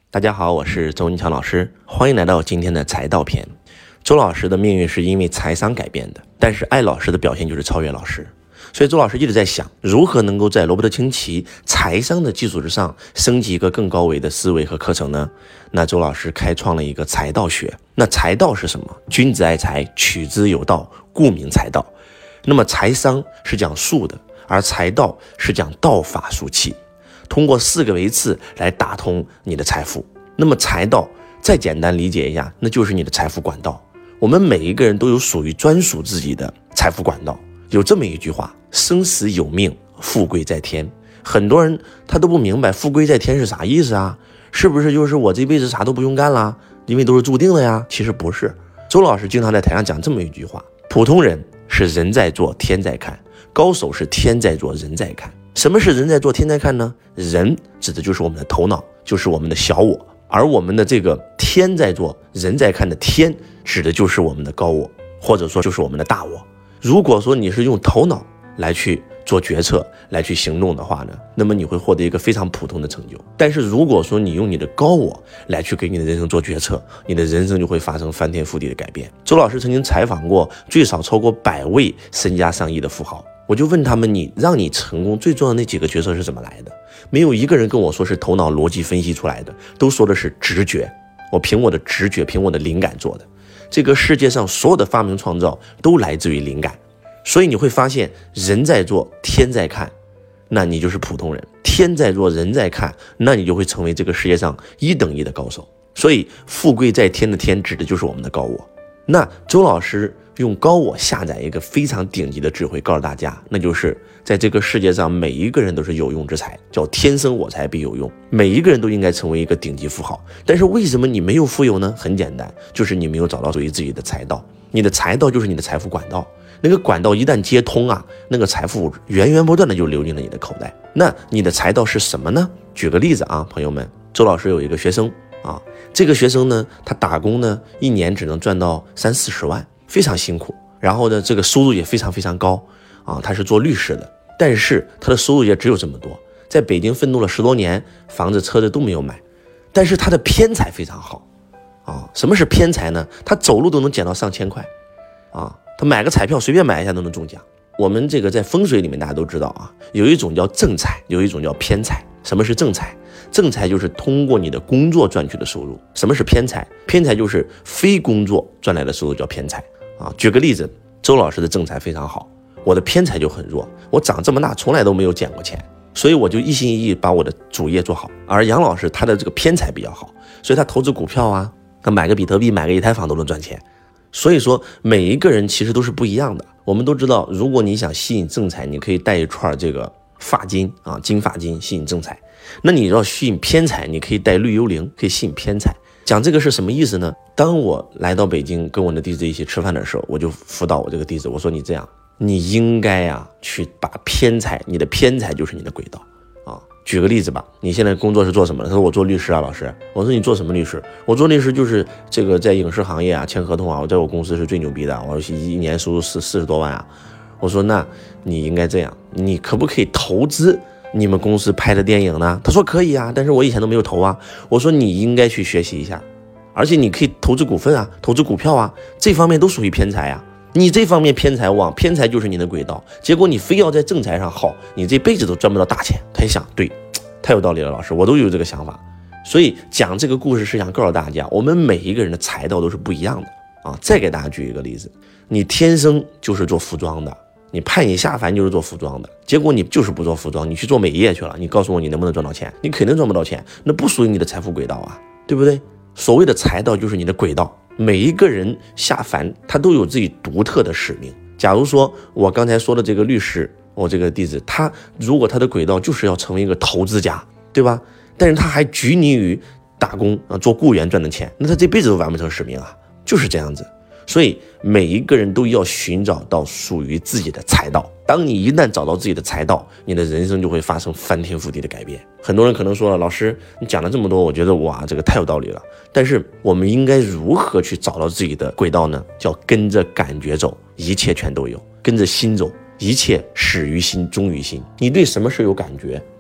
大家好，我是周文强老师，欢迎来到今天的财道篇。周老师的命运是因为财商改变的，但是艾老师的表现就是超越老师。所以周老师一直在想，如何能够在罗伯特清崎财商的基础之上升级一个更高维的思维和课程呢？那周老师开创了一个财道学。那财道是什么？君子爱财，取之有道，故名财道。那么财商是讲术的，而财道是讲道法术器，通过4个维次来打通你的财富。那么财道再简单理解一下，那就是你的财富管道。我们每一个人都有属于专属自己的财富管道。有这么一句话，生死有命，富贵在天。很多人他都不明白富贵在天是啥意思啊？是不是就是我这辈子啥都不用干啦，因为都是注定的呀？其实不是。周老师经常在台上讲这么一句话，普通人是人在做天在看，高手是天在做人在看。什么是人在做天在看呢？人指的就是我们的头脑，就是我们的小我，而我们的这个天在做人在看的天指的就是我们的高我，或者说就是我们的大我。如果说你是用头脑来去做决策，来去行动的话呢，那么你会获得一个非常普通的成就。但是如果说你用你的高我来去给你的人生做决策，你的人生就会发生翻天覆地的改变。周老师曾经采访过最少超过100位身家上亿的富豪，我就问他们，你让你成功最重要的那几个决策是怎么来的？没有一个人跟我说是头脑逻辑分析出来的，都说的是直觉，我凭我的直觉，凭我的灵感做的。这个世界上所有的发明创造都来自于灵感。所以你会发现，人在做天在看，那你就是普通人；天在做人在看，那你就会成为这个世界上1等1的高手。所以富贵在天的天指的就是我们的高我。那周老师用高我下载一个非常顶级的智慧告诉大家，那就是在这个世界上每一个人都是有用之才，叫天生我材必有用，每一个人都应该成为一个顶级富豪。但是为什么你没有富有呢？很简单，就是你没有找到属于自己的财道。你的财道就是你的财富管道，那个管道一旦接通啊，那个财富源源不断的就流进了你的口袋。那你的财道是什么呢？举个例子啊，朋友们，周老师有一个学生啊，这个学生呢，他打工呢，1年只能赚到30-40万，非常辛苦。然后呢，这个收入也非常非常高啊，他是做律师的，但是他的收入也只有这么多，在北京奋斗了10多年，房子车子都没有买。但是他的偏财非常好啊。什么是偏财呢？他走路都能捡到上千块啊，他买个彩票随便买一下都能中奖。我们这个在风水里面大家都知道啊，有一种叫正财，有一种叫偏财。什么是正财？正财就是通过你的工作赚取的收入。什么是偏财？偏财就是非工作赚来的收入叫偏财啊。举个例子，周老师的正财非常好，我的偏财就很弱，我长这么大从来都没有捡过钱，所以我就一心一意把我的主业做好。而杨老师他的这个偏财比较好，所以他投资股票啊，他买个比特币买个1台房都能赚钱。所以说每一个人其实都是不一样的。我们都知道，如果你想吸引正财，你可以带一串这个发金啊，金发金吸引正财。那你要吸引偏财，你可以带绿幽灵，可以吸引偏财。讲这个是什么意思呢？当我来到北京跟我的弟子一起吃饭的时候，我就辅导我这个弟子，我说你这样，你应该去把偏财，你的偏财就是你的轨道啊。举个例子吧，你现在工作是做什么的？他说我做律师啊，老师。我说你做什么律师？我做律师就是这个在影视行业啊签合同啊，我在我公司是最牛逼的，我一年收入40多万啊。我说那你应该这样，你可不可以投资你们公司拍的电影呢？他说可以啊，但是我以前都没有投啊。我说你应该去学习一下，而且你可以投资股份啊，投资股票啊，这方面都属于偏财啊。你这方面偏财旺，偏财就是你的轨道，结果你非要在正财上耗，你这辈子都赚不到大钱。他一想，对，太有道理了，老师，我都有这个想法。所以讲这个故事是想告诉大家，我们每一个人的财道都是不一样的啊。再给大家举一个例子，你天生就是做服装的，你盼你下凡就是做服装的，结果你就是不做服装，你去做美业去了，你告诉我你能不能赚到钱？你肯定赚不到钱，那不属于你的财富轨道啊，对不对？所谓的财道就是你的轨道。每一个人下凡他都有自己独特的使命。假如说我刚才说的这个律师，我这个弟子，他如果他的轨道就是要成为一个投资家，对吧？但是他还拘泥于打工啊，做雇员赚的钱，那他这辈子都完不成使命啊，就是这样子。所以每一个人都要寻找到属于自己的财道。当你一旦找到自己的财道，你的人生就会发生翻天覆地的改变。很多人可能说了，老师你讲了这么多，我觉得哇，这个太有道理了。但是我们应该如何去找到自己的轨道呢？叫跟着感觉走，一切全都有；跟着心走，一切始于心，终于心。你对什么事有感觉，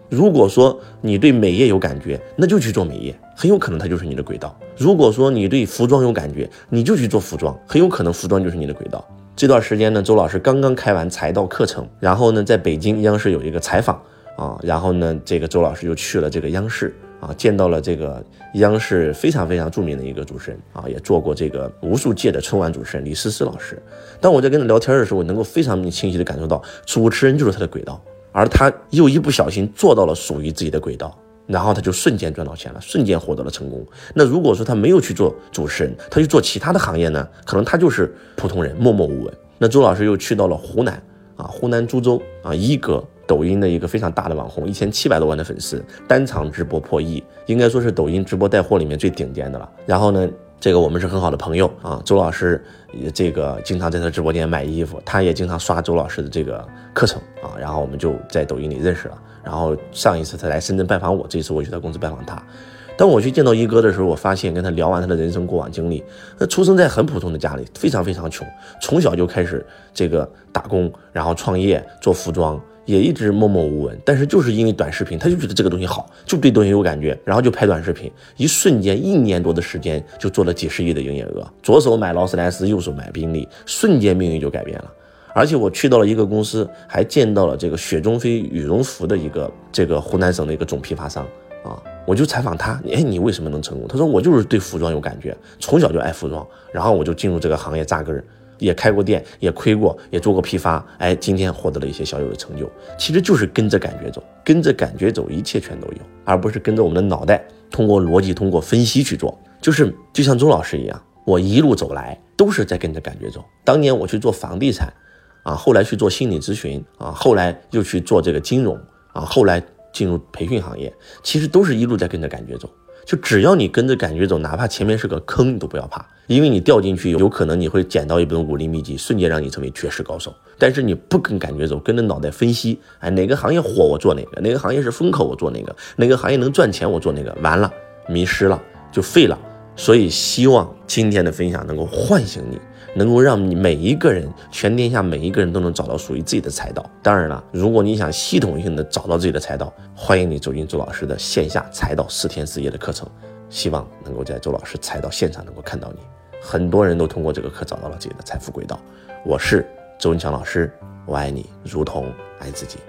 如果说你对美业有感觉，那就去做美业，很有可能它就是你的轨道。如果说你对服装有感觉，你就去做服装，很有可能服装就是你的轨道。这段时间呢，周老师刚刚开完财道课程，然后呢，在北京央视有一个采访啊，然后呢，这个周老师就去了这个央视啊，见到了这个央视非常非常著名的一个主持人啊，也做过这个无数届的春晚主持人李思思老师。当我在跟他聊天的时候，我能够非常清晰地感受到，主持人就是他的轨道，而他又一不小心做到了属于自己的轨道，然后他就瞬间赚到钱了，瞬间获得了成功。那如果说他没有去做主持人，他去做其他的行业呢，可能他就是普通人，默默无闻。那周老师又去到了湖南啊，湖南株洲啊，一哥抖音的一个非常大的网红，1700多万的粉丝，单场直播破亿，应该说是抖音直播带货里面最顶尖的了。然后呢，这个我们是很好的朋友啊，周老师这个经常在他直播间买衣服，他也经常刷周老师的这个课程啊，然后我们就在抖音里认识了。然后上一次他来深圳拜访我，这次我去他公司拜访他。当我去见到一哥的时候，我发现跟他聊完他的人生过往经历，他出生在很普通的家里，非常非常穷，从小就开始这个打工，然后创业做服装，也一直默默无闻。但是就是因为短视频，他就觉得这个东西好，就对东西有感觉，然后就拍短视频，一瞬间1年多的时间就做了几十亿的营业额，左手买劳斯莱斯，右手买宾利，瞬间命运就改变了。而且我去到了一个公司，还见到了这个雪中飞羽绒服的一个这个湖南省的一个总批发商啊，我就采访他，你为什么能成功？他说我就是对服装有感觉，从小就爱服装，然后我就进入这个行业扎根，也开过店，也亏过，也做过批发，今天获得了一些小有的成就。其实就是跟着感觉走，跟着感觉走，一切全都有，而不是跟着我们的脑袋通过逻辑通过分析去做。就像周老师一样，我一路走来都是在跟着感觉走。当年我去做房地产啊，后来去做心理咨询啊，后来又去做这个金融啊，后来进入培训行业，其实都是一路在跟着感觉走。就只要你跟着感觉走，哪怕前面是个坑，你都不要怕，因为你掉进去，有可能你会捡到一本武林秘籍，瞬间让你成为绝世高手。但是你不跟感觉走，跟着脑袋分析，哪个行业火我做哪个，哪个行业是风口我做哪个，哪个行业能赚钱我做哪个，完了迷失了就废了。所以希望今天的分享能够唤醒你，能够让你每一个人，全天下每一个人都能找到属于自己的财道。当然了，如果你想系统性的找到自己的财道，欢迎你走进周老师的线下财道4天4夜的课程，希望能够在周老师财道现场能够看到你。很多人都通过这个课找到了自己的财富轨道。我是周文强老师，我爱你如同爱自己。